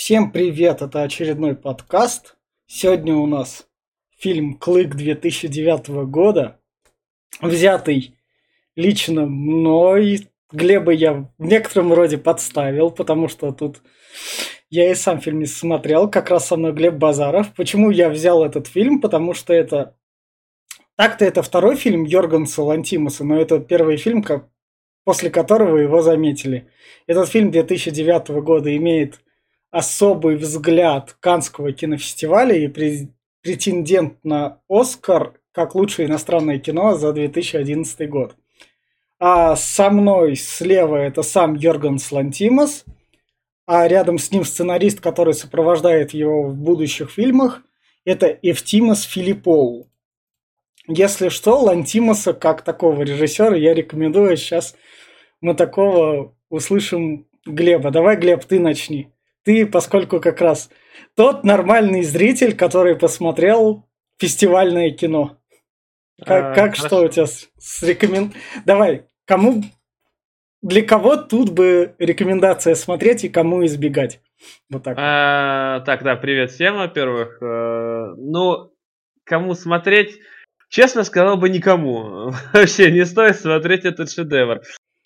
Всем привет, это очередной подкаст. Сегодня у нас фильм «Клык» 2009 года, взятый лично мной. Глеба я в некотором роде подставил, потому что тут я и сам фильм не смотрел, как раз со мной Глеб Базаров. Почему я взял этот фильм? Потому что это... Так-то это второй фильм Йоргонса Лантимоса, но это первый фильм, после которого его заметили. Этот фильм 2009 года имеет особый взгляд Каннского кинофестиваля и претендент на Оскар как лучшее иностранное кино за 2011 год. А со мной слева это сам Йоргонс Лантимос, а рядом с ним сценарист, который сопровождает его в будущих фильмах, это Евтимос Филиппоу. Если что, Лантимоса как такого режиссера я рекомендую. Сейчас мы такого услышим Глеба. Давай, Глеб, ты начни. Ты, поскольку как раз тот нормальный зритель, который посмотрел фестивальное кино. Как что у тебя с Давай, для кого тут бы рекомендация смотреть и кому избегать? Вот так. Да, привет всем, во-первых. Кому смотреть? Честно сказал бы, никому. Вообще не стоит смотреть этот шедевр.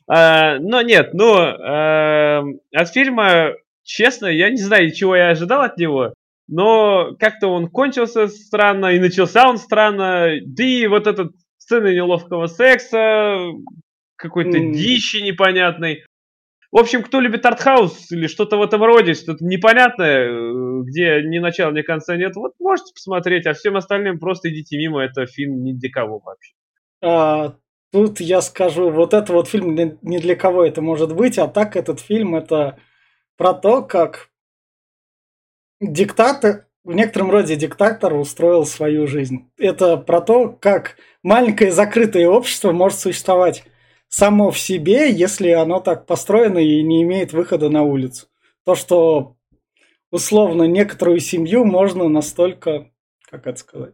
От фильма, честно, я не знаю, чего я ожидал от него, но как-то он кончился странно, и начался он странно, да и вот эта сцена неловкого секса, какой-то дичи непонятной. В общем, кто любит артхаус или что-то в этом роде, что-то непонятное, где ни начала, ни конца нет, вот можете посмотреть, а всем остальным просто идите мимо, это фильм ни для кого вообще. Тут я скажу, вот это вот фильм не для кого это может быть, а так этот фильм это про то, как диктатор, в некотором роде диктатор устроил свою жизнь. Это про то, как маленькое закрытое общество может существовать само в себе, если оно так построено и не имеет выхода на улицу. То, что условно некоторую семью можно настолько, как это сказать?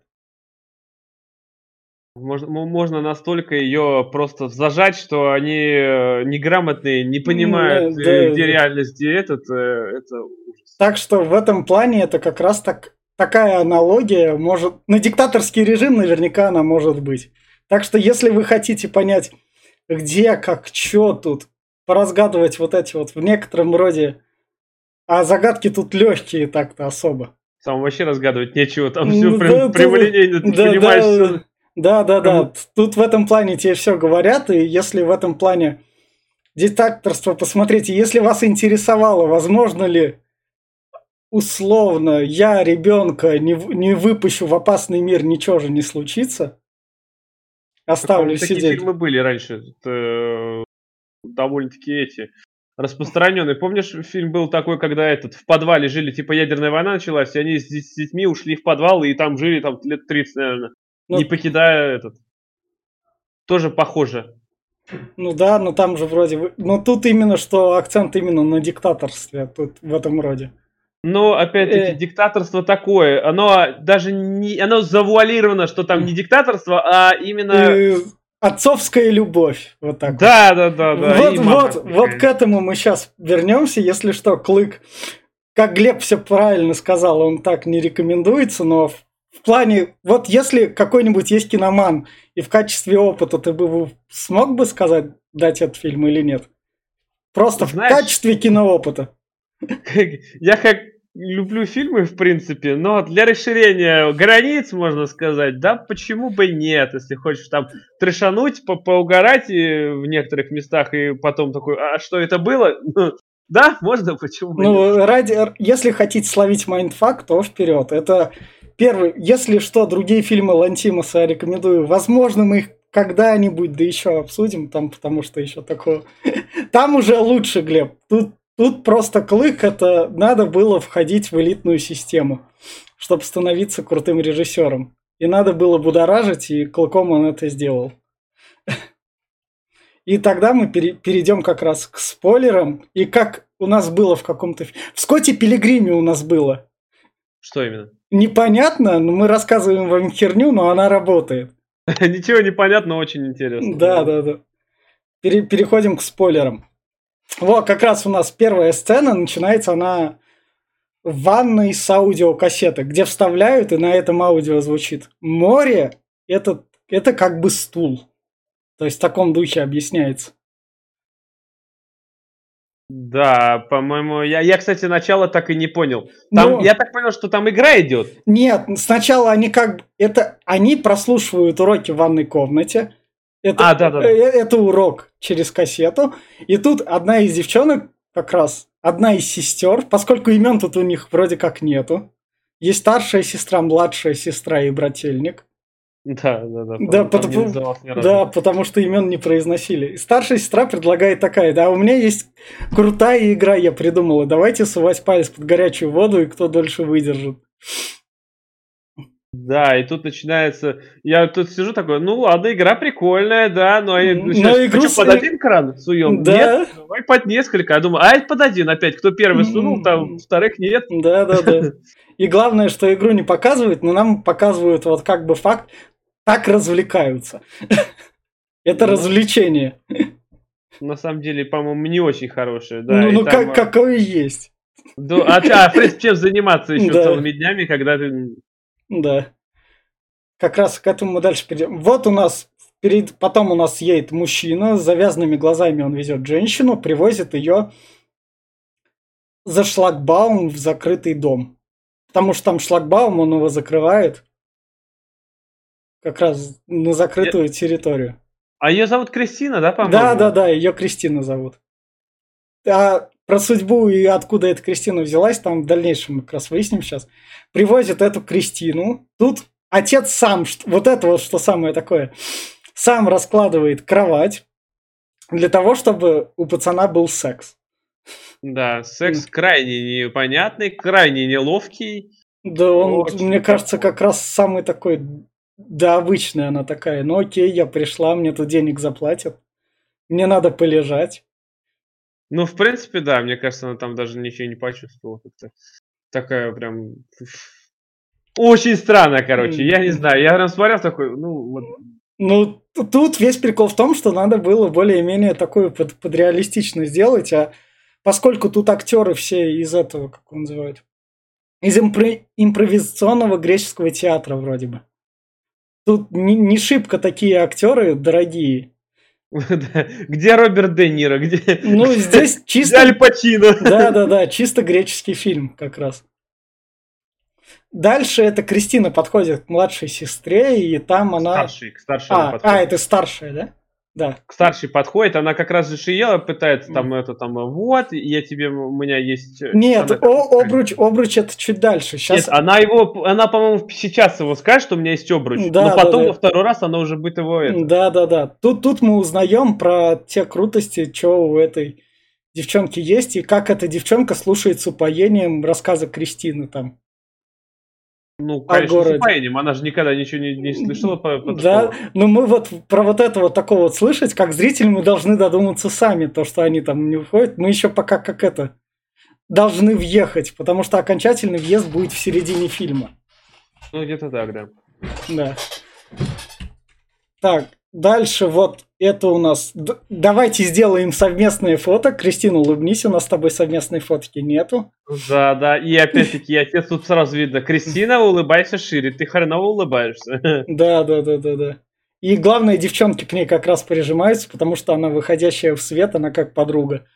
Можно настолько ее просто зажать, что они неграмотные, не понимают, где реальность, где это ужас. Так что в этом плане это как раз такая аналогия может... На диктаторский режим наверняка она может быть. Так что если вы хотите понять, где, как, что тут, поразгадывать вот эти вот в некотором роде... А загадки тут легкие так-то особо. Там вообще разгадывать нечего, там все прямолинейно, ты понимаешь, все... Да. Тут в этом плане тебе все говорят, и если в этом плане диктаторство посмотрите, если вас интересовало, возможно ли условно я ребенка не выпущу в опасный мир, ничего же не случится, оставлю сидеть. Такие фильмы были раньше, довольно-таки распространенные. Помнишь, фильм был такой, когда в подвале жили, типа ядерная война началась, и они с детьми ушли в подвал, и там жили лет 30, наверное, не покидая Тоже похоже. Ну да, но там же вроде... Но тут именно, что акцент именно на диктаторстве, тут в этом роде. Но, опять-таки, диктаторство такое, оно даже не... Оно завуалировано, что там не диктаторство, а именно... Отцовская любовь, вот так. Да. Вот к этому мы сейчас вернемся, если что, Клык, как Глеб все правильно сказал, он так не рекомендуется, но в плане, вот если какой-нибудь есть киноман, и в качестве опыта ты бы смог бы сказать, дать этот фильм или нет? Просто в качестве киноопыта. Я как люблю фильмы, в принципе, но для расширения границ, можно сказать, да, почему бы нет, если хочешь там трешануть, поугарать в некоторых местах, и потом такой, а что это было? Да, можно, почему бы нет. Если хотите словить майндфак, то вперед. Это первый, если что, другие фильмы Лантимоса я рекомендую. Возможно, мы их когда-нибудь, да еще обсудим, там, потому что еще такого... Там уже лучше, Глеб. Тут просто Клык, это надо было входить в элитную систему, чтобы становиться крутым режиссером. И надо было будоражить, и Клыком он это сделал. И тогда мы перейдем как раз к спойлерам. И как у нас было в каком-то... В Скотте Пилигриме у нас было. Что именно? Непонятно, но мы рассказываем вам херню, но она работает. Ничего не понятно, очень интересно. Да. Переходим к спойлерам. Вот, как раз у нас первая сцена, начинается она в ванной с аудиокассеты, где вставляют, и на этом аудио звучит. Море это как бы стул. То есть в таком духе объясняется. Да, по-моему, я, кстати, начало так и не понял. Там, я так понял, что там игра идет. Нет, сначала они они прослушивают уроки в ванной комнате. Это урок через кассету. И тут одна из девчонок, как раз, одна из сестер, поскольку имен тут у них вроде как нету. Есть старшая сестра, младшая сестра и брательник. Да, потому что имен не произносили. И старшая сестра предлагает такая: да, у меня есть крутая игра, я придумала. Давайте сувать палец под горячую воду, и кто дольше выдержит. Да, и тут начинается... Я тут сижу такой, ну ладно, игра прикольная, да, но игру под один кран суем? Да. Нет, давай под несколько. Я думаю, под один опять, кто первый сунул, там вторых нет. Да. И главное, что игру не показывают, но нам показывают вот как бы факт, так развлекаются. Это развлечение. На самом деле, по-моему, не очень хорошее, да. Ну какое есть. В принципе, чем заниматься еще целыми днями, когда ты... Да. Как раз к этому мы дальше перейдем. Вот у нас потом у нас едет мужчина с завязанными глазами, он везет женщину, привозит ее за шлагбаум в закрытый дом. Потому что там шлагбаум, он его закрывает. Как раз на закрытую территорию. А ее зовут Кристина, да, по-моему? Да, ее Кристина зовут. А про судьбу и откуда эта Кристина взялась, там в дальнейшем мы как раз выясним сейчас. Привозят эту Кристину. Тут отец сам, вот это вот что самое такое, сам раскладывает кровать для того, чтобы у пацана был секс. Да, секс крайне непонятный, крайне неловкий. Да, он, мне кажется, как раз самый такой, да, обычная она такая. Ну окей, я пришла, мне тут денег заплатят. Мне надо полежать. Ну, в принципе, да, мне кажется, она там даже ничего не почувствовала. Как-то такая прям... Очень странно, короче, я не знаю. Я прям смотрел такой, ну, вот... Ну, тут весь прикол в том, что надо было более-менее такую под реалистично сделать, а поскольку тут актеры все из этого, как он называет, из импровизационного греческого театра вроде бы. Тут не шибко такие актеры дорогие. Где Роберт Де Ниро? Где... Ну, здесь чисто... Аль Пачино. Да, чисто греческий фильм как раз. Дальше эта Кристина подходит к младшей сестре, и там она... К старшей она подходит. Это старшая, да? Да. К старшей подходит, она как раз же шиела, пытается вот, я тебе, у меня есть... Нет, обруч это чуть дальше. Сейчас... Нет, она, по-моему, сейчас его скажет, что у меня есть обруч, да, но потом во второй раз она уже будет его... Да. Тут мы узнаем про те крутости, что у этой девчонки есть, и как эта девчонка слушает с упоением рассказы Кристины там. Ну, конечно, с упоением. Она же никогда ничего не слышала по да, но мы вот про вот это вот такого вот слышать, как зритель, мы должны додуматься сами, то, что они там не входят. Мы еще пока как это должны въехать, потому что окончательный въезд будет в середине фильма. Ну, где-то так, да. Да. Так, дальше вот это у нас... Давайте сделаем совместное фото. Кристина, улыбнись, у нас с тобой совместной фотки нету. Да, и опять-таки, отец тут сразу видно. Кристина, улыбайся шире, ты хреново улыбаешься. Да. И главное, девчонки к ней как раз прижимаются, потому что она выходящая в свет, она как подруга.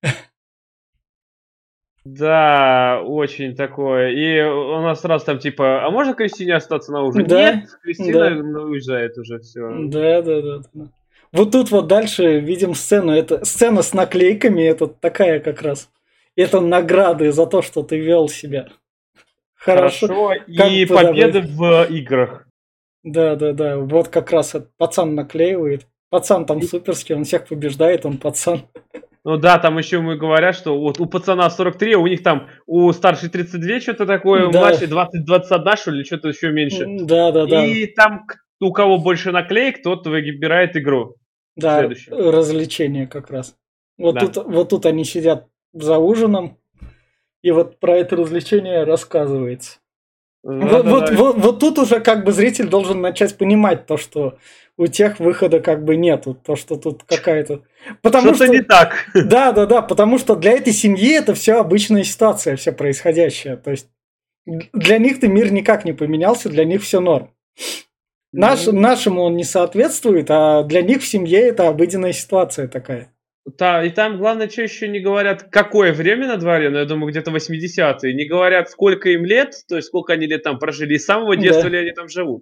Да, очень такое. И у нас сразу там типа, а можно Кристине остаться на ужин? Да, нет, Кристина уезжает уже, все. Да. Вот тут вот дальше видим сцену. Это сцена с наклейками, это такая как раз. Это награды за то, что ты вел себя. Хорошо. И победы в играх. Да. Вот как раз этот пацан наклеивает. Пацан там суперский, он всех побеждает, он пацан. Ну да, там еще мы говорят, что вот у пацана 43, а у них там у старшей 32 что-то такое, у младшей 20-21, что ли, что-то еще меньше. Да. И там у кого больше наклеек, тот выбирает игру. Да, развлечение как раз. Вот тут они сидят за ужином, и вот про это развлечение рассказывается. Вот тут уже как бы зритель должен начать понимать то, что у тех выхода как бы нету, то, что тут какая-то... Что-то не так. Да, потому что для этой семьи это все обычная ситуация, все происходящее. То есть для них-то мир никак не поменялся, для них все норм. Нашему он не соответствует, а для них в семье это обыденная ситуация такая. Да, и там, главное, что еще не говорят, какое время на дворе, но я думаю, где-то 80-е. Не говорят, сколько им лет, то есть сколько они лет там прожили, и с самого детства ли они там живут.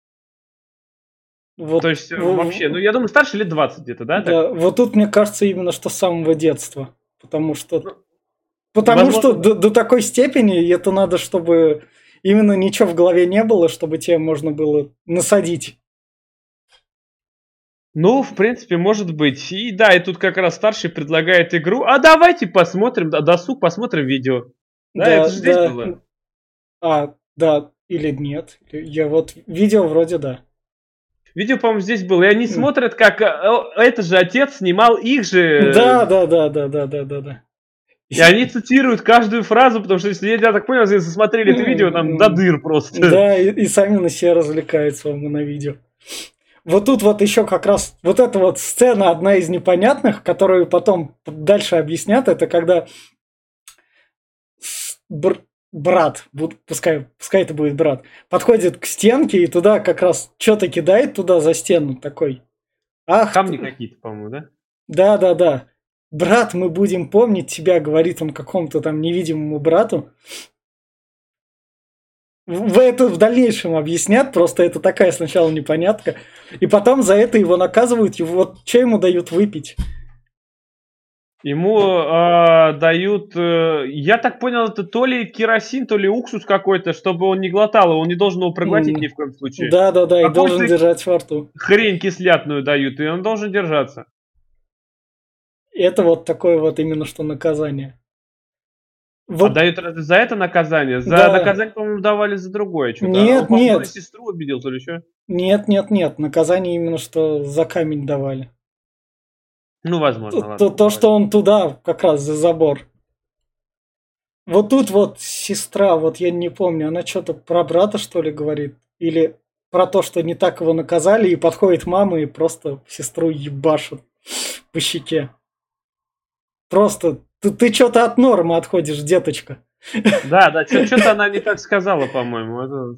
Вот, то есть вообще, ну я думаю, старше лет 20 где-то, да? Да, Так? вот тут мне кажется именно, что с самого детства. Потому что возможно, до такой степени это надо, чтобы именно ничего в голове не было, чтобы тебе можно было насадить. Ну, в принципе, может быть. И да, и тут как раз старший предлагает игру. А давайте посмотрим, досуг, посмотрим видео. Да, это же здесь было. Да, или нет. Я вот видео вроде да. Видео, по-моему, здесь было. И они смотрят, как этот же отец снимал их же. Да. И они цитируют каждую фразу, потому что, если я так понял, если смотрели это видео, там до дыр просто. Да, и сами на себя развлекаются на видео. Вот тут вот еще как раз вот эта вот сцена, одна из непонятных, которую потом дальше объяснят, это когда брат, пускай это будет брат, подходит к стенке и туда как раз что-то кидает туда за стену такой. Ах, камни какие-то, по-моему, да? Да. Брат, мы будем помнить тебя, говорит он какому-то там невидимому брату. Это в дальнейшем объяснят, просто это такая сначала непонятка. И потом за это его наказывают, вот что ему дают выпить? Ему дают, я так понял, это то ли керосин, то ли уксус какой-то, чтобы он не глотал, он не должен его проглотить ни в коем случае. Да, и должен держать во рту. Хрень кислятную дают, и он должен держаться. Это вот такое вот именно что наказание. Вот. А дают за это наказание? За наказание, по-моему, давали за другое что-то. Нет. То ли сестру обидел, то ли что? Нет. Наказание именно что за камень давали. Ну, возможно. То, что он туда, как раз за забор. Вот тут вот сестра, вот я не помню, она что-то про брата, что ли, говорит? Или про то, что не так его наказали, и подходит мама и просто сестру ебашит по щеке. Просто ты что-то от нормы отходишь, деточка. Да, что-то она не так сказала, по-моему.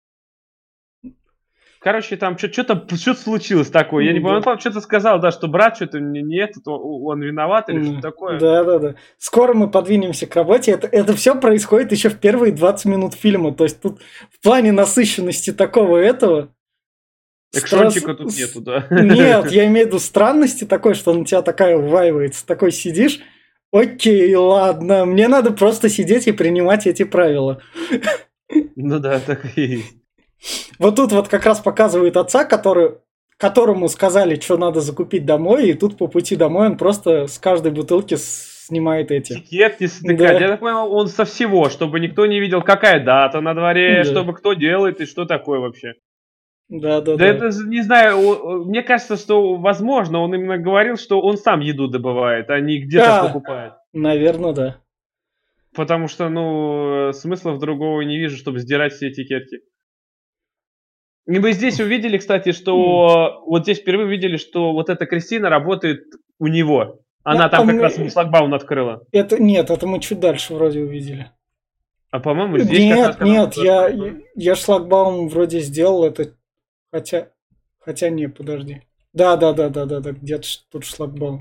Короче, там что-то случилось такое. Я не помню, он что-то сказал, да, что брат что-то не этот, он виноват или что-то такое. Да. Скоро мы подвинемся к работе. Это все происходит еще в первые 20 минут фильма. То есть тут в плане насыщенности такого этого... Экшончика тут нету, да? Нет, я имею в виду странности такой, что на тебя такая вваивается. Такой сидишь, окей, ладно, мне надо просто сидеть и принимать эти правила. Ну да, так и есть. Вот тут вот как раз показывает отца, которому сказали, что надо закупить домой, и тут по пути домой он просто с каждой бутылки снимает эти. Этикетки стыкать. Я так понял, он со всего, чтобы никто не видел, какая дата на дворе, чтобы кто делает и что такое вообще. Да. Это, не знаю, мне кажется, что, возможно, он именно говорил, что он сам еду добывает, а не где-то покупает. Наверное, да. Потому что, смысла другого не вижу, чтобы сдирать все этикетки. И мы здесь увидели, кстати, что вот здесь впервые увидели, что вот эта Кристина работает у него. Она там как раз ему шлагбаум открыла. Это мы чуть дальше вроде увидели. А по-моему, здесь Нет, я шлагбаум вроде сделал это. Хотя не, подожди. Да, где-то тут шлагбаум.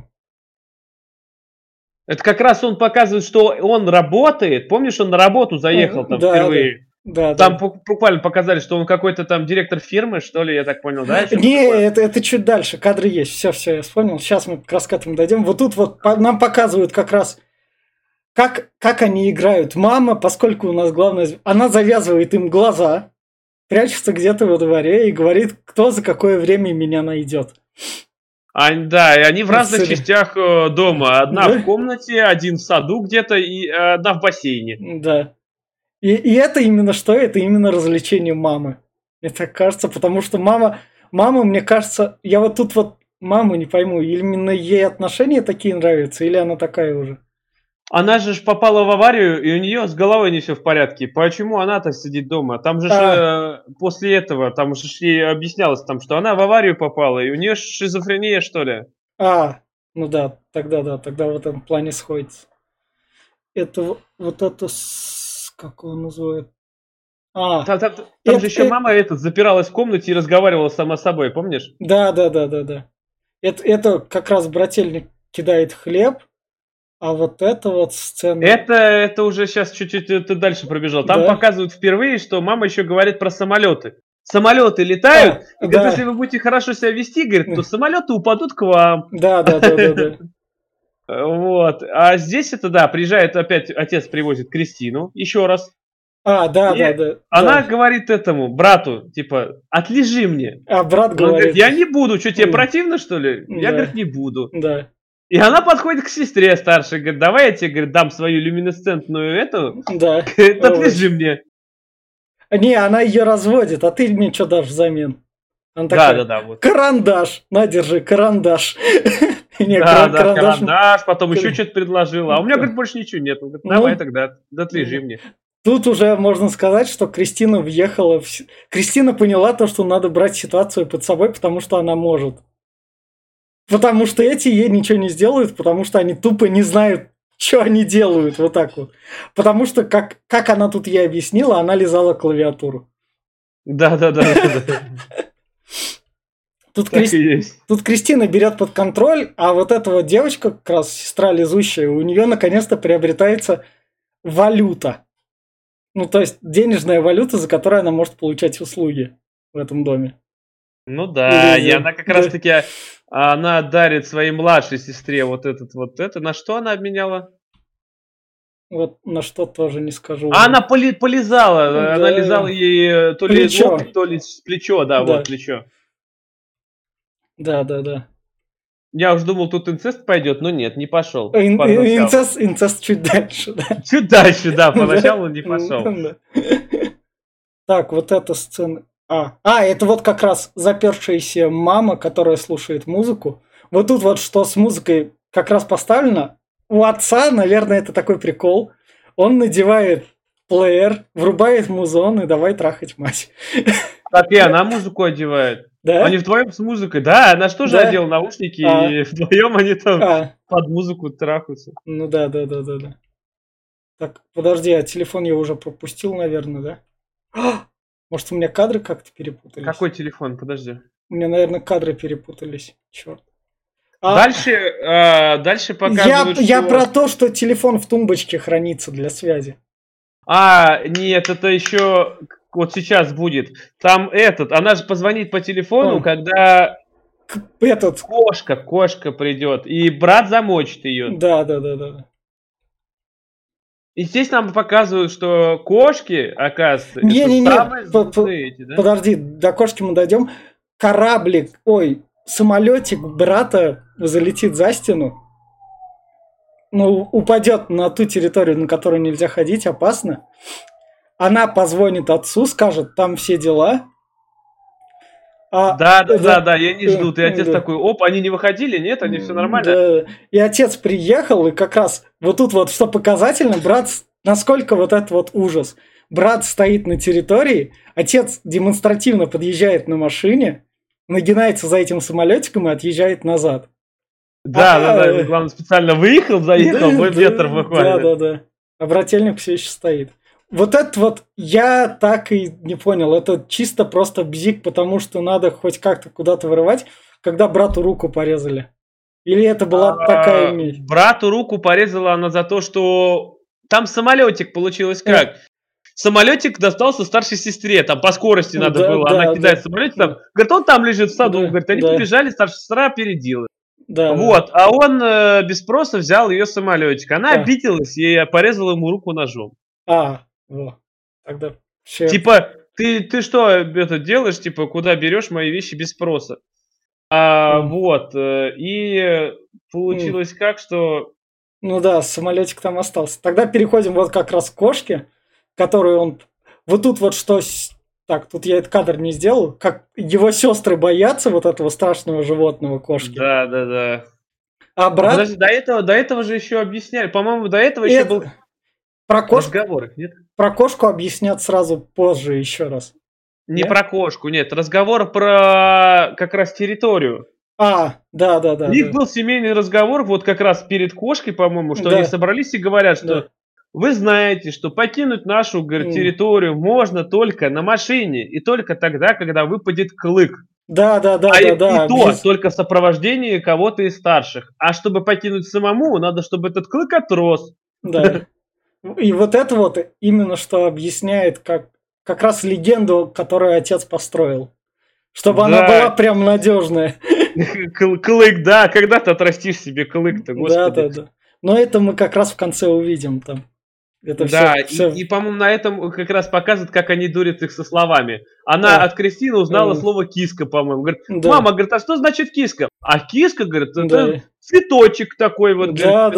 Это как раз он показывает, что он работает. Помнишь, он на работу заехал там впервые? Да. Там буквально показали, что он какой-то там директор фирмы, что ли, я так понял, да? Не, это чуть дальше, кадры есть. Все, я вспомнил. Сейчас мы как раз к этому дойдем. Вот тут вот нам показывают как раз, как они играют. Мама, поскольку у нас главное... Она завязывает им глаза, прячется где-то во дворе и говорит, кто за какое время меня найдет. Да, и они в разных частях дома. Одна в комнате, один в саду где-то и одна в бассейне. Да. И это именно что? Это именно развлечение мамы. Мне так кажется, потому что мама, мне кажется, я вот тут вот маму не пойму, или именно ей отношения такие нравятся, или она такая уже? Она же ж попала в аварию, и у нее с головой не все в порядке. Почему она-то сидит дома? Там же после этого, там же ей объяснялось, там, что она в аварию попала, и у нее шизофрения, что ли. Ну да, тогда в этом плане сходится. Это вот это, как его называют? Там же еще мама запиралась в комнате и разговаривала сама с собой, помнишь? Да. Это как раз брательник кидает хлеб, а вот это вот сцена... Это уже сейчас чуть-чуть ты дальше пробежал. Там показывают впервые, что мама еще говорит про самолеты. Самолеты летают, и говорит, если вы будете хорошо себя вести, говорит, то самолеты упадут к вам. Да. Вот. А здесь приезжает опять, отец привозит Кристину еще раз. Да. Она говорит этому брату, типа, отлежи мне. А брат говорит, я не буду, что тебе противно, что ли? Я, говорит, не буду. Да. И она подходит к сестре старшей, говорит, давай я тебе, говорит, дам свою люминесцентную эту. Да. Отлежи мне. Не, она ее разводит, а ты мне что дашь взамен? Она такая, Да. Вот. Карандаш, на, держи, карандаш. Карандаш, потом еще что-то предложила. А у меня, говорит, больше ничего нет. Он говорит, давай тогда, отлежи мне. Тут уже можно сказать, что Кристина въехала... Кристина поняла то, что надо брать ситуацию под собой, потому что она может. Потому что эти ей ничего не сделают, потому что они тупо не знают, что они делают. Вот так вот. Потому что, как она тут ей объяснила, она лизала клавиатуру. Да. Тут Кристина берет под контроль, а вот эта вот девочка, как раз сестра лизущая, у нее наконец-то приобретается валюта. Ну, то есть денежная валюта, за которую она может получать услуги в этом доме. Ну да, и она как раз-таки, она дарит своей младшей сестре вот это. На что она обменяла? Вот на что тоже не скажу. Она полизала, она лизала ей то ли локоть, то ли плечо, вот плечо. Да. Я уже думал, тут инцест пойдет, но нет, не пошел. Инцест чуть дальше, да. Чуть дальше, да, поначалу не пошел. Так, вот эта сцена. Это вот как раз запершаяся мама, которая слушает музыку. Вот тут вот что с музыкой как раз поставлено. У отца, наверное, это такой прикол. Он надевает плеер, врубает музон и давай трахать мать. Так и она музыку одевает. Да? Они вдвоем с музыкой. Да, она что же одела наушники, и вдвоем они там под музыку трахаются. Ну да. Так, подожди, а телефон я уже пропустил, наверное, да? Может, у меня кадры как-то перепутались? Какой телефон? Подожди. У меня, наверное, кадры перепутались. Черт. Дальше показывают, Я про то, что телефон в тумбочке хранится для связи. Нет, это еще вот сейчас будет. Там она же позвонит по телефону, когда кошка придет, и брат замочит ее. Да. И здесь нам показывают, что кошки, оказывается, не. Подожди, до кошки мы дойдем. Самолетик брата залетит за стену. Ну, упадет на ту территорию, на которую нельзя ходить, опасно. Она позвонит отцу, скажет, там все дела. Да, я не жду. И отец такой, они не выходили? Нет, они все нормально? Да. И отец приехал, и как раз вот тут вот, что показательно, брат, насколько вот этот вот ужас. Брат стоит на территории, отец демонстративно подъезжает на машине, нагинается за этим самолетиком и отъезжает назад. Да. Главное, специально выехал, заехал, мой ветер выходит. Да. А брательник все еще стоит. Вот это вот я так и не понял. Это чисто просто бзик, потому что надо хоть как-то куда-то вырывать, когда брату руку порезали. Или это была такая месть? Брату руку порезала она за то, что там самолетик получилось как? Самолетик достался старшей сестре, там по скорости надо было. Она кидает самолетик, там, говорит, он там лежит в саду. Говорит, они побежали, старшая сестра опередила. А он без спроса взял ее самолетик. Она обиделась и порезала ему руку ножом. Тогда типа, ты что это делаешь, типа, куда берешь мои вещи без спроса? И получилось как, что... Ну да, самолетик там остался. Тогда переходим вот как раз к кошке, которую он... Вот тут вот что... Так, тут я этот кадр не сделал. Как его сестры боятся вот этого страшного животного кошки. Да. А брат... Подожди, до этого же еще объясняли. По-моему, до этого еще был Про кошку, разговор, нет? про кошку объяснят сразу позже еще раз. Не Нет? про кошку, нет. Разговор про как раз территорию. Да. У них был семейный разговор вот как раз перед кошкой, по-моему, что Да. они собрались и говорят, что Да. вы знаете, что покинуть нашу, говорит, территорию можно только на машине и только тогда, когда выпадет клык. Да. И то только в сопровождении кого-то из старших. А чтобы покинуть самому, надо, чтобы этот клык отрос. Да. И вот это вот именно что объясняет как раз легенду, которую отец построил. Чтобы она была прям надежная. Клык, да, когда ты отрастишь себе клык-то, господи. Да. Но это мы как раз в конце увидим там. Это Да, все. и, по-моему, на этом как раз показывают, как они дурят их со словами. Она от Кристины узнала слово киска, по-моему. Говорит, мама, говорит, а что значит киска? А киска, говорит, это цветочек такой вот. Да.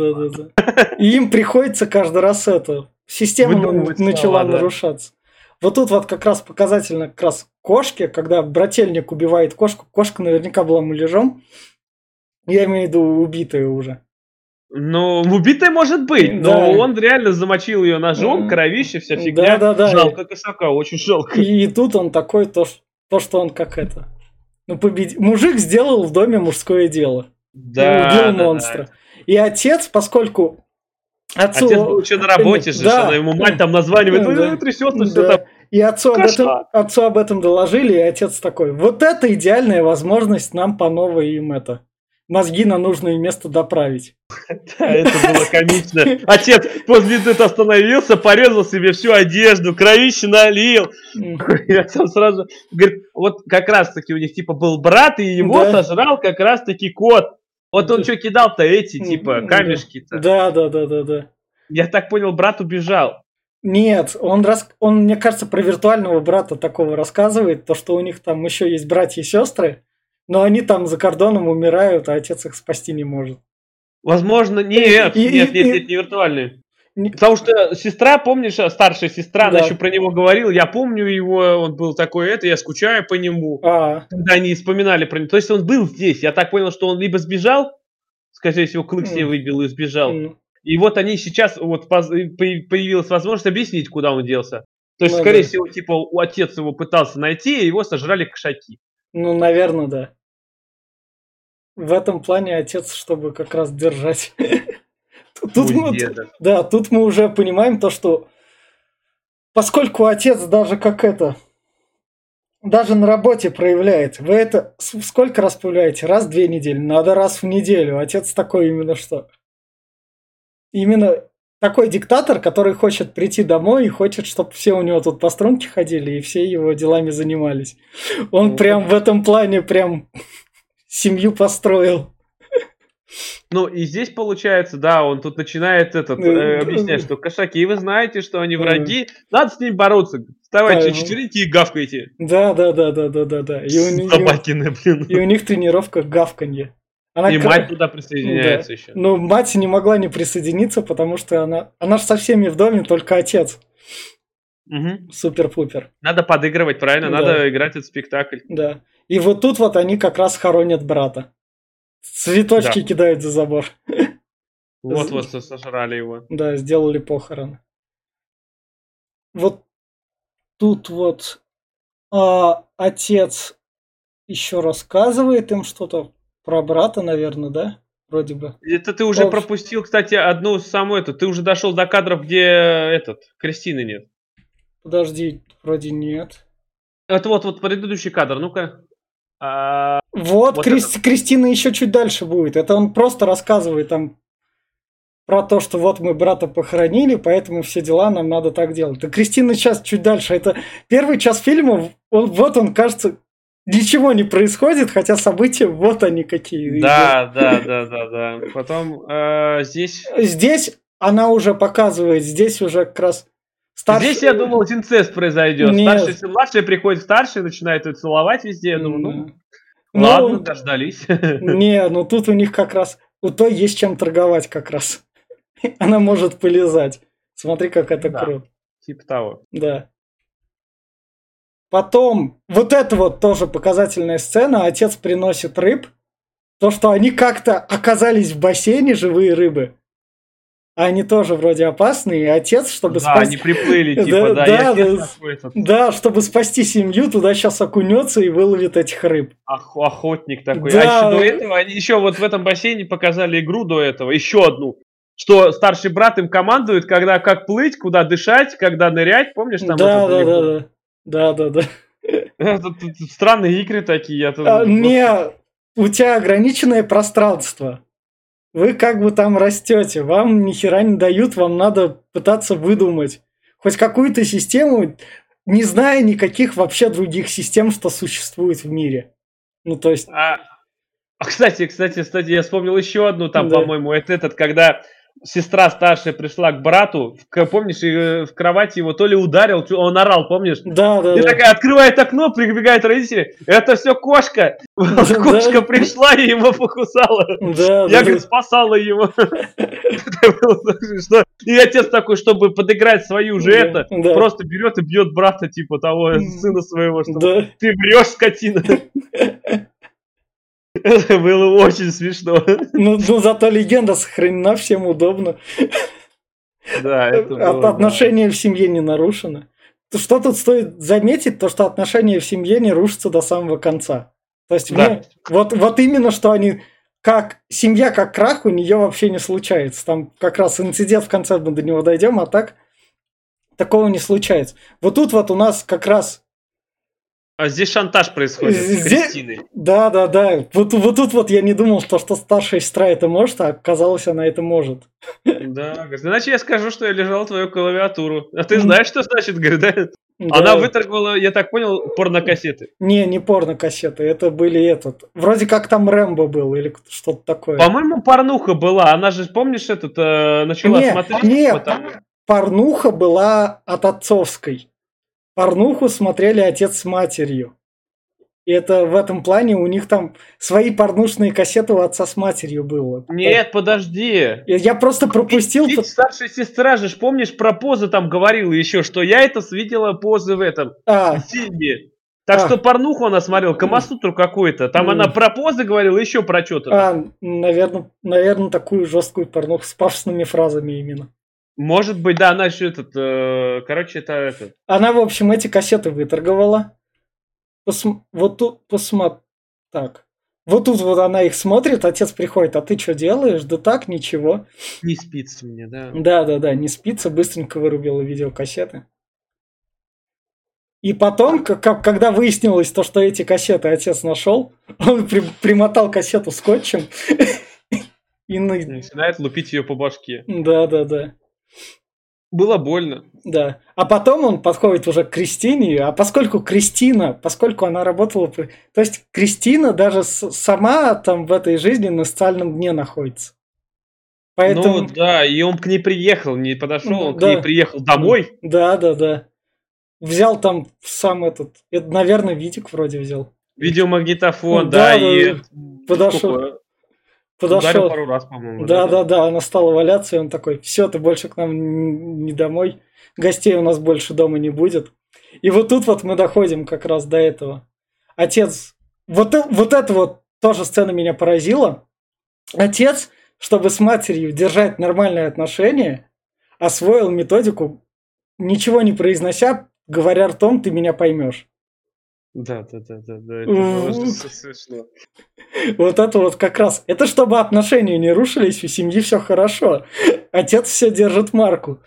И им приходится каждый раз система начала нарушаться. Вот тут вот как раз показательно как раз кошки, когда брательник убивает кошку, кошка наверняка была муляжом. Я имею в виду убитая уже. Ну, убитая может быть, но он реально замочил ее ножом, кровище, вся фигня. Да. Жалко кошака, очень жалко. И тут он такой, то, что он как это. Мужик сделал в доме мужское дело. Убил монстра. И отец, поскольку отец был еще на работе же, она ему мать там названивает, трясется, все там. И отцу об этом доложили, и отец такой, вот это идеальная возможность нам по новой им мозги на нужное место доправить. Да, это было комично. Отец после этого остановился, порезал себе всю одежду, кровище налил. Я сам сразу говорит, вот как раз таки у них типа был брат, и его сожрал как раз таки кот. Вот он что кидал-то типа камешки-то. Да. Я так понял, брат убежал. Нет, он, мне кажется, про виртуального брата такого рассказывает, то, что у них там еще есть братья и сестры, но они там за кордоном умирают, а отец их спасти не может. Возможно, нет, не виртуальный. Потому что сестра, помнишь, старшая сестра, она еще про него говорила, я помню его, он был такой, я скучаю по нему. Когда они вспоминали про него. То есть он был здесь, я так понял, что он либо сбежал, скажи, если его клык себе выбил и сбежал. И вот они сейчас, вот появилась возможность объяснить, куда он делся. То есть, скорее всего, типа, отец его пытался найти, и его сожрали кошаки. Ну, наверное, да. В этом плане отец, чтобы как раз держать. Тут мы уже понимаем то, что поскольку отец даже даже на работе проявляет, вы это сколько раз проявляете? Раз в 2 недели? Надо раз в неделю. Отец такой именно что? Именно такой диктатор, который хочет прийти домой и хочет, чтобы все у него тут по струнке ходили и все его делами занимались. Он прям в этом плане прям семью построил. Ну, и здесь получается, да, он тут начинает объяснять, что кошаки, вы знаете, что они враги, надо с ними бороться. Вставайте четвереньки и гавкайте. Да. Собакины, блин. И у них тренировка гавканье. И мать туда присоединяется еще. Но мать не могла не присоединиться, потому что она же со всеми в доме, только отец. Супер-пупер. Надо подыгрывать, правильно? Надо играть этот спектакль. Да. И вот тут вот они как раз хоронят брата. Цветочки кидают за забор. Вот сожрали его. Да, сделали похороны. Вот тут вот отец еще рассказывает им что-то про брата, наверное, да? Вроде бы. Это ты уже пропустил, кстати, одну самую Ты уже дошел до кадров, где Кристины нет. Подожди, вроде нет. Вот предыдущий кадр, ну-ка. Кристина еще чуть дальше будет. Это он просто рассказывает там про то, что вот мы брата похоронили, поэтому все дела нам надо так делать. А Кристина сейчас чуть дальше. Это первый час фильма, он кажется, ничего не происходит, хотя события вот они какие. Да. Потом здесь... Здесь она уже показывает, здесь уже как раз... Здесь, я думал, инцест произойдет. Старший, младший приходит старший, начинает ее целовать везде. Я думаю, ладно, дождались. Не, тут у них как раз... У той есть чем торговать как раз. Она может полезать. Смотри, как это круто. Типа того. Да. Потом, вот это вот тоже показательная сцена. Отец приносит рыб. То, что они как-то оказались в бассейне, живые рыбы, а они тоже вроде опасные, и отец, чтобы Да, они приплыли, типа, да, и отец такой этот да, чтобы спасти семью, туда сейчас окунется и выловит этих рыб. охотник такой. А Да. еще до этого, они еще вот в этом бассейне показали игру до этого, еще одну, что старший брат им командует, когда как плыть, куда дышать, когда нырять, помнишь там Да, этот у них был? да. Это тут странные игры такие, я тут Не, у тебя ограниченное пространство. Вы как бы там растете, вам ни хера не дают, вам надо пытаться выдумать хоть какую-то систему, не зная никаких вообще других систем, что существует в мире. Ну, то есть... Кстати, я вспомнил еще одну там, Да. по-моему, это этот, когда сестра старшая пришла к брату, помнишь, и в кровати его то ли ударил, он орал, помнишь? Да. И такая открывает окно, прибегают родители, это все кошка. Кошка пришла и его покусала. Я, говорит, спасала его. И отец такой, чтобы подыграть свою же просто берет и бьет брата, типа того, сына своего, что ты врешь, скотина. Это было очень смешно. Ну, зато легенда сохранена, всем удобно. Да, это было, отношения в семье не нарушены. Что тут стоит заметить, то что отношения в семье не рушатся до самого конца. То есть вот именно, что они как семья, как крах, у нее вообще не случается. Там как раз инцидент в конце, мы до него дойдем, а так такого не случается. Вот тут вот у нас как раз... А здесь шантаж происходит с Кристиной. Да. Вот тут вот я не думал, что старшая сестра это может, а оказалось, она это может. Да, говорит, иначе я скажу, что я лежал твою клавиатуру. А ты знаешь, что значит, говорит, да? Она выторговала, я так понял, порнокассеты. Не порнокассеты, это были вроде как там Рэмбо был или что-то такое. По-моему, порнуха была, она же, помнишь, начала смотреть? Не, порнуха была от отцовской. Порнуху смотрели отец с матерью. И это в этом плане у них там свои порнушные кассеты у отца с матерью было. Нет, подожди. Я просто пропустил. Ведь старшая сестра же, помнишь, про позы там говорила еще, что я это видела позы в этом фильме. Так что порнуху она смотрела, Камасутру какой-то. Там она про позы говорила, еще про что-то. Наверное, такую жесткую порнуху с пафосными фразами именно. Может быть, да, она еще короче, это... Она, в общем, эти кассеты выторговала. Вот тут так. Вот тут вот она их смотрит, отец приходит, а ты что делаешь? Да так, ничего. Не спится мне, да. Да, не спится, быстренько вырубила видеокассеты. И потом, когда выяснилось то, что эти кассеты отец нашел, он примотал кассету скотчем и начинает лупить ее по башке. Да. Было больно. Да. А потом он подходит уже к Кристине, а поскольку она работала... То есть Кристина даже сама там в этой жизни на социальном дне находится. Поэтому... Ну да, и он к ней приехал, не подошел, он к ней приехал домой. Да. Взял там сам это, наверное, Витик вроде взял. Видеомагнитофон, да, и... Подошел. Ударил пару раз, по-моему. Да, она стала валяться, и он такой, все, ты больше к нам не домой, гостей у нас больше дома не будет. И вот тут вот мы доходим как раз до этого. Отец, вот это вот тоже сцена меня поразила. Отец, чтобы с матерью держать нормальные отношения, освоил методику, ничего не произнося, говоря ртом, ты меня поймешь. Да, это смешно. Вот это вот как раз. Это чтобы отношения не рушились, у семьи все хорошо. Отец все держит марку.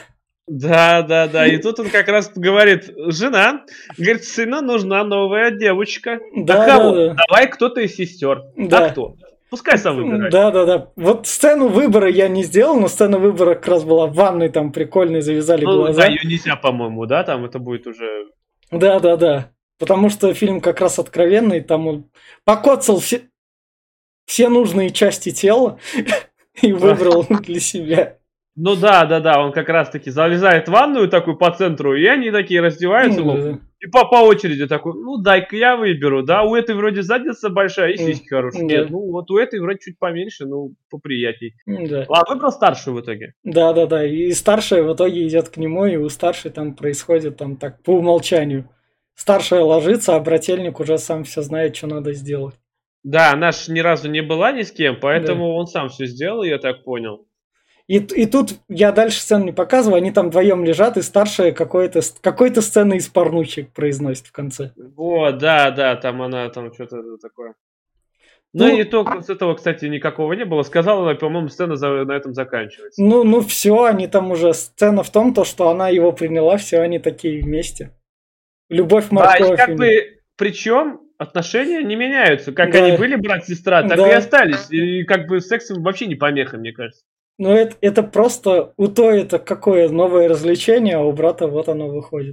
Да. И тут он как раз говорит, жена, говорит, сыну нужна новая девочка. Да, кого? Да. Давай кто-то из сестер. Да. А кто? Пускай сам выбирает. Да. Вот сцену выбора я не сделал, но сцена выбора как раз была в ванной, там прикольные, завязали глаза. Да, ее нельзя, по-моему, да, там это будет уже... Да. Потому что фильм как раз откровенный, там он покоцал все нужные части тела и выбрал для себя. Ну да, он как раз таки залезает в ванную такую по центру, и они такие раздеваются, и по очереди такой, ну дай-ка я выберу, да, у этой вроде задница большая и сиськи хорошие, нет, ну вот у этой вроде чуть поменьше, ну поприятней. А выбрал старшую в итоге? Да, и старшая в итоге идет к нему, и у старшей там происходит там так по умолчанию. Старшая ложится, а брательник уже сам все знает, что надо сделать. Да, она ж ни разу не была ни с кем, Да. поэтому он сам все сделал, я так понял. И тут я дальше сцену не показываю, они там вдвоем лежат, и старшая какой-то сцены из порнухи произносит в конце. Вот, да, там она там что-то такое. Но Ну, итог с этого, кстати, никакого не было. Сказала она, по-моему, сцена на этом заканчивается. ну все, они там уже сцена в том, то, что она его приняла, все, они такие вместе. Любовь, Да, и морковь. как бы, причем отношения не меняются. Как они Да, были брат-сестра, так и да. остались. И как бы секс им вообще не помеха, мне кажется. Но это просто у той это какое новое развлечение, а у брата вот оно выходит.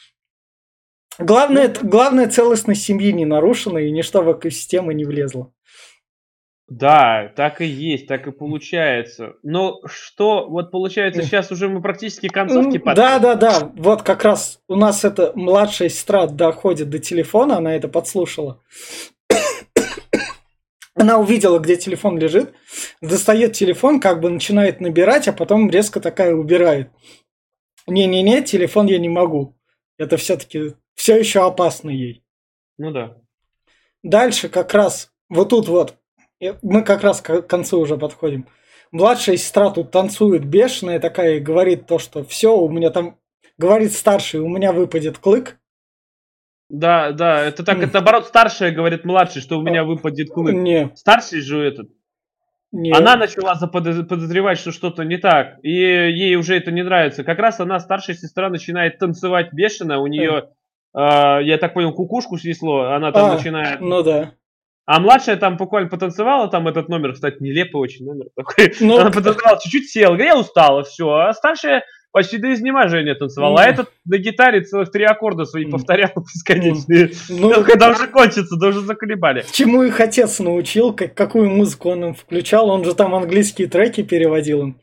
Ну, Главное целостность семьи не нарушена и ничто в экосистему не влезло. да, так и есть, так и получается. Но что, вот получается, сейчас уже мы практически к концовке Да, подходим. да, да. Вот как раз у нас эта младшая сестра доходит до телефона, она это подслушала. Она увидела, где телефон лежит, достает телефон, как бы начинает набирать, а потом резко такая убирает. Не-не-не, телефон я не могу. Это все-таки все еще опасно ей. Ну да. Дальше как раз вот тут вот, мы как раз к концу уже подходим. Младшая сестра тут танцует бешеная такая и говорит то, что все, у меня там, говорит старший, у меня выпадет клык. Да, да, это так, М, это наоборот старшая говорит младшей, что у меня выпадет клык. Не, Старший же этот. не. Она начала подозревать, что что-то не так, и ей уже это не нравится. Как раз она, старшая сестра, начинает танцевать бешено, у э, нее, я так понял, кукушку снесло, она там начинает. ну да. А младшая там буквально потанцевала, там этот номер, кстати, нелепый очень номер такой. Ну, Она потанцевала, чуть-чуть села, говорит, я устала, все. А старшая почти до изнеможения танцевала. А м, этот на гитаре целых 3 аккорда свои м, повторял м. бесконечные. Ну, Когда уже кончится, да уже заколебали. чему их отец научил, какую музыку он им включал, он же там английские треки переводил им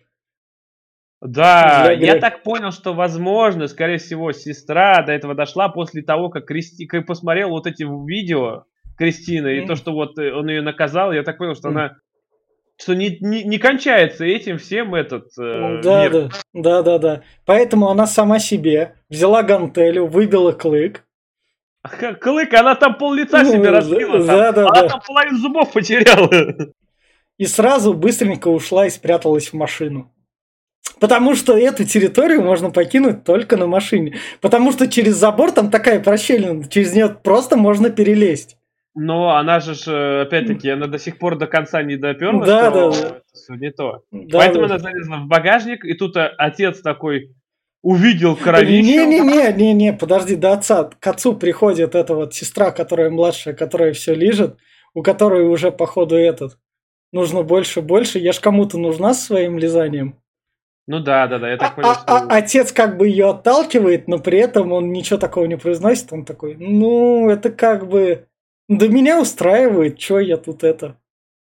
Да, для я Грег. так понял, что, возможно, скорее всего, сестра до этого дошла после того, как посмотрел вот эти видео Кристины, и то, М, что вот он ее наказал, я так понял, что м. она, что не кончается этим всем этот Да, мир. да, да, да, да. Поэтому она сама себе взяла гантелю, выбила клык. Клык, она там пол-лица себе Ну, разбила, там, да, да, она да. там половину зубов потеряла. И сразу быстренько ушла и спряталась в машину. Потому что эту территорию можно покинуть только на машине. Потому что через забор там такая прощелина, через нее просто можно перелезть. Но она же, опять-таки, она до сих пор до конца не доперла, Да, да, что да. это всё не то. Да, Поэтому да. она залезла в багажник, и тут отец такой увидел кровищу. Не, подожди, до отца. К отцу приходит эта вот сестра, которая младшая, которая все лижет, у которой уже, походу, нужно больше. Я ж кому-то нужна со своим лизанием. Ну да, я так понял, что... Отец как бы ее отталкивает, но при этом он ничего такого не произносит. Он такой, ну, это как бы... Да меня устраивает, что я тут это...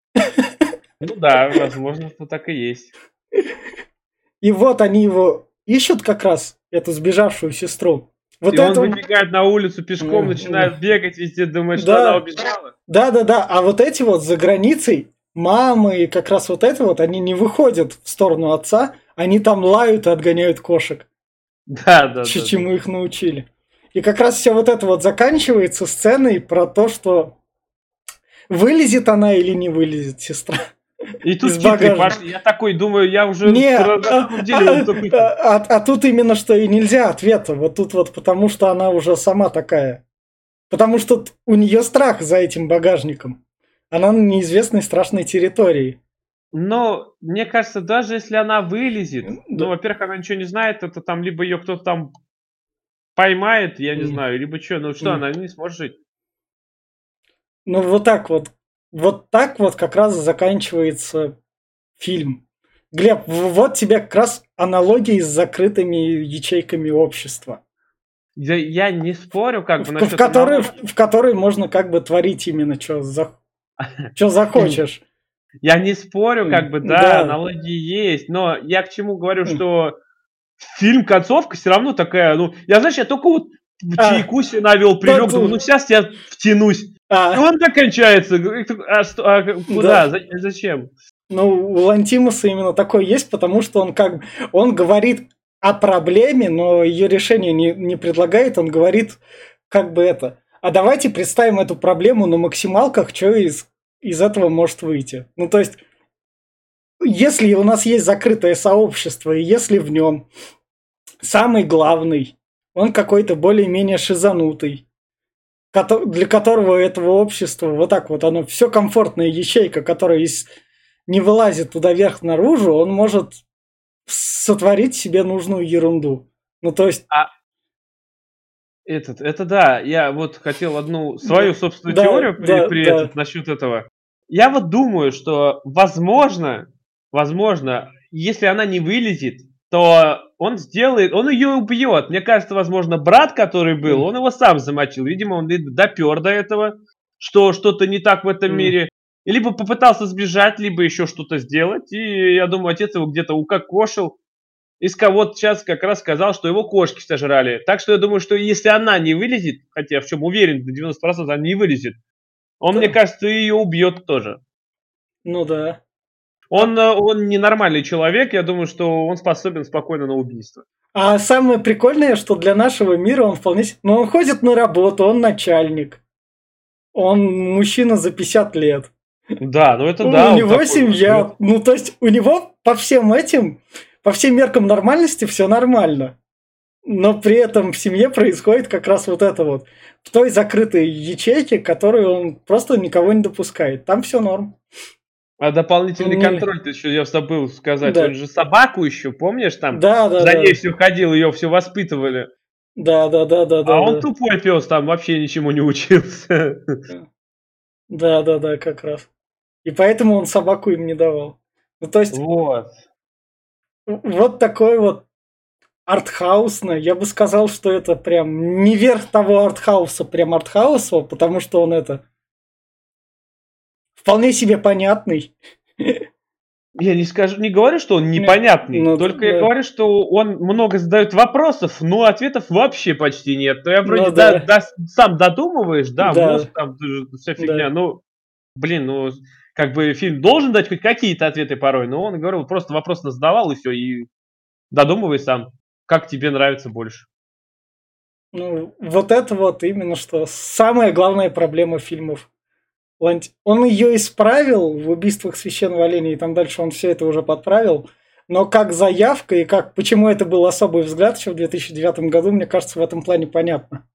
Ну да, возможно, что так и есть. И вот они его ищут как раз, эту сбежавшую сестру. Вот И он это... выбегает на улицу пешком, Да, начинает бегать везде, думает, что она да, убежала. да. А вот эти вот за границей, мамы и как раз вот это вот, они не выходят в сторону отца, они там лают и отгоняют кошек, Да. чему их научили. И как раз все вот это вот заканчивается сценой про то, что вылезет она или не вылезет сестра И тут из титры багажа. пошли. Я такой думаю, я уже Не, на самом деле он такой... а тут именно что и нельзя ответа. Вот тут вот потому что она уже сама такая. Потому что у нее страх за этим багажником. Она на неизвестной страшной территории. Но мне кажется, даже если она вылезет, Да. ну, во-первых, она ничего не знает, это там либо ее кто-то там поймает, я не М, знаю, либо что, ну что, м. она не сможет жить. Ну вот так вот. Вот так вот как раз заканчивается фильм. Глеб, вот тебе как раз аналогии с закрытыми ячейками общества. Я не спорю как бы В насчет которой, аналогии. в которой можно как бы творить именно что захочешь. Я не спорю, как бы, да, Да. аналогии есть, но я к чему говорю, что фильм концовка все равно такая, ну, я только вот А, чайку себе навел, прилег, думаю, ну сейчас я втянусь. И он так кончается. Куда? да. Зачем? Ну, у Лантимуса именно такой есть, потому что он говорит о проблеме, но ее решение не предлагает, он говорит как бы это. А давайте представим эту проблему на максималках, что из из этого может выйти. Ну, то есть, если у нас есть закрытое сообщество, и если в нем самый главный, он какой-то более-менее шизанутый, для которого этого общества вот так вот, оно все комфортная ячейка, которая не вылазит туда вверх-наружу, он может сотворить себе нужную ерунду. Ну, то есть... Это да, я вот хотел одну свою собственную Да, теорию да, да. насчет этого. Я вот думаю, что возможно, если она не вылезет, то он ее убьет. Мне кажется, возможно, брат, который был, он его сам замочил. Видимо, он допер до этого, что что-то не так в этом мире. И либо попытался сбежать, либо еще что-то сделать. И я думаю, отец его где-то укокошил. И вот сейчас как раз сказал, что его кошки сожрали. Так что я думаю, что если она не вылезет, хотя в чем уверен, до 90% она не вылезет, он, Да. мне кажется, ее убьет тоже. Ну да. Он ненормальный человек, я думаю, что он способен спокойно на убийство. А самое прикольное, что для нашего мира он вполне... Ну, он ходит на работу, он начальник. Он мужчина за 50 лет. Да, ну это да. У него семья. Ну, то есть, у него по всем меркам нормальности все нормально. Но при этом в семье происходит как раз вот это вот. В той закрытой ячейке, которую он просто никого не допускает. Там все норм. А дополнительный контроль, ты еще я забыл сказать, Да. он же собаку еще, помнишь, там за ней все ходил, ее все воспитывали. Да. А он тупой пес, там вообще ничему не учился. Да, как раз. И поэтому он собаку им не давал. Ну, то есть... Вот такой вот артхаусный. Я бы сказал, что это прям не верх того артхауса, прям артхауса, потому что он вполне себе понятный. Я не говорю, что он непонятный, только я говорю, что он много задает вопросов, но ответов вообще почти нет. То я вроде сам додумываешь, мозг там вся фигня, как бы фильм должен дать хоть какие-то ответы порой, но он говорил, просто вопрос задавал и все, и додумывай сам, как тебе нравится больше. Ну, вот это вот именно что самая главная проблема фильмов. Он ее исправил в «Убийствах священного оленя», и там дальше он все это уже подправил. Но как заявка и почему это был особый взгляд еще в 2009 году, мне кажется, в этом плане понятно.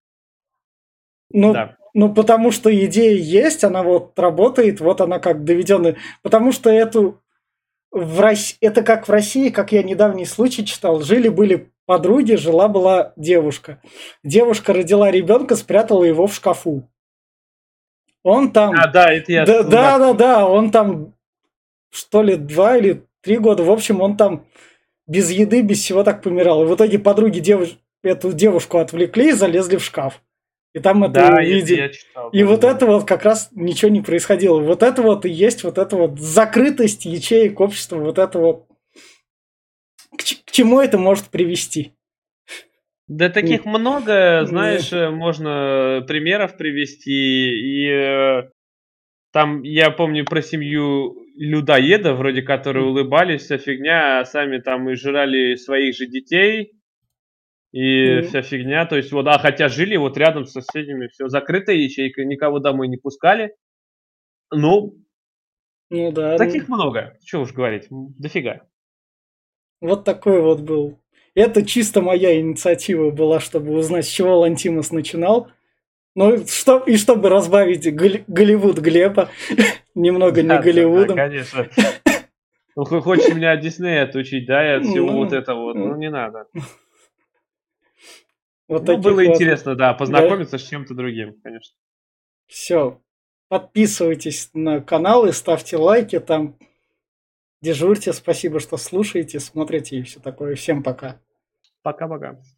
Ну, потому что идея есть, она вот работает, вот она как доведенная. Потому что это как в России, как я недавний случай читал. Жили-были подруги, жила-была девушка. Девушка родила ребенка, спрятала его в шкафу. Он там... Да, он там, что ли, 2 или 3 года, в общем, он там без еды, без всего так помирал. И в итоге подруги эту девушку отвлекли и залезли в шкаф. И там это увидели. И вот это вот как раз ничего не происходило. Вот это вот и есть вот эта вот закрытость ячеек общества, вот это вот. К чему это может привести? Да таких много, знаешь, можно примеров привести. И там, я помню про семью людоедов, вроде которые улыбались, вся фигня, а сами там и жрали своих же детей. И вся фигня, то есть вот, хотя жили вот рядом с соседями, все, закрытая ячейка, никого домой не пускали. Ну да. Таких много, что уж говорить, дофига. Вот такой вот был. Это чисто моя инициатива была, чтобы узнать, с чего Лантимос начинал. Ну, чтобы разбавить Голливуд Глеба, немного не Голливудом. Да, конечно. Ну, хочешь меня от Диснея отучить, да, и от всего вот этого вот, не надо. Было интересно, да, познакомиться с чем-то другим, конечно. Все. Подписывайтесь на канал и ставьте лайки там. Дежурьте. Спасибо, что слушаете, смотрите и все такое. Всем пока. Пока-пока.